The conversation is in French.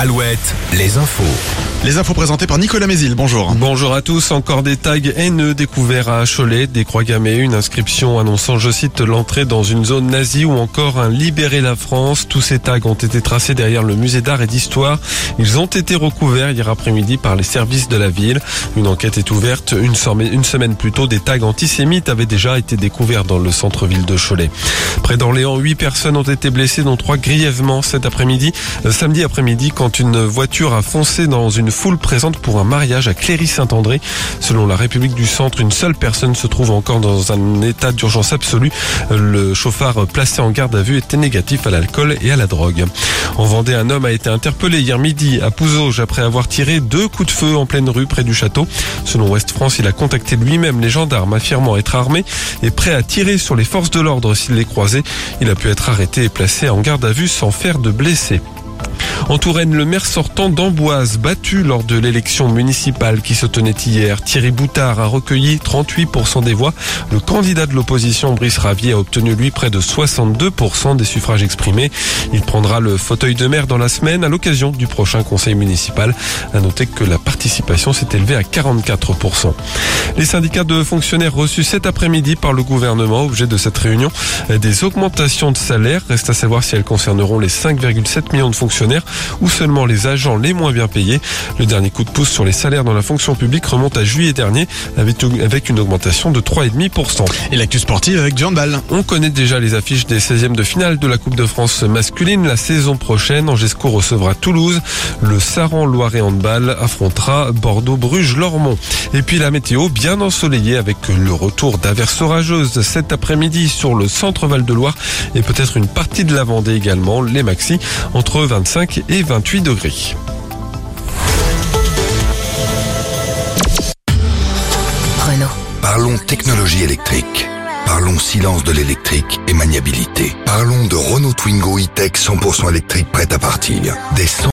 Alouette, les infos. Les infos présentées par Nicolas Mézil, bonjour. Bonjour à tous, encore des tags haineux découverts à Cholet, des croix gammées, une inscription annonçant, je cite, l'entrée dans une zone nazie ou encore un libérer la France. Tous ces tags ont été tracés derrière le musée d'art et d'histoire. Ils ont été recouverts hier après-midi par les services de la ville. Une enquête est ouverte. Une semaine plus tôt, des tags antisémites avaient déjà été découverts dans le centre-ville de Cholet. Près d'Orléans, 8 personnes ont été blessées, dont 3 grièvement samedi après-midi, quand une voiture a foncé dans une foule présente pour un mariage à Cléry-Saint-André. Selon la République du Centre, une seule personne se trouve encore dans un état d'urgence absolue. Le chauffard placé en garde à vue était négatif à l'alcool et à la drogue. En Vendée, un homme a été interpellé hier midi à Pouzauges après avoir tiré 2 coups de feu en pleine rue près du château. Selon Ouest France, il a contacté lui-même les gendarmes affirmant être armé et prêt à tirer sur les forces de l'ordre s'il les croisait. Il a pu être arrêté et placé en garde à vue sans faire de blessés. En Touraine, le maire sortant d'Amboise, battu lors de l'élection municipale qui se tenait hier. Thierry Boutard a recueilli 38% des voix. Le candidat de l'opposition, Brice Ravier, a obtenu lui près de 62% des suffrages exprimés. Il prendra le fauteuil de maire dans la semaine à l'occasion du prochain conseil municipal. À noter que la participation s'est élevée à 44%. Les syndicats de fonctionnaires reçus cet après-midi par le gouvernement, objet de cette réunion, des augmentations de salaire. Reste à savoir si elles concerneront les 5,7 millions de fonctionnaires ou seulement les agents les moins bien payés. Le dernier coup de pouce sur les salaires dans la fonction publique remonte à juillet dernier avec une augmentation de 3,5%. Et l'actu sportive avec du handball. On connaît déjà les affiches des 16e de finale de la Coupe de France masculine. La saison prochaine, Angesco recevra Toulouse. Le Saran Loiret Handball affrontera Bordeaux-Bruges-Lormont. Et puis la météo bien ensoleillée avec le retour d'averses orageuses cet après-midi sur le centre Val-de-Loire et peut-être une partie de la Vendée également. Les maxi entre 25 et 28 degrés. Renault. Parlons technologie électrique. Parlons silence de l'électrique et maniabilité. Parlons de Renault Twingo E-Tech 100% électrique prête à partir. Des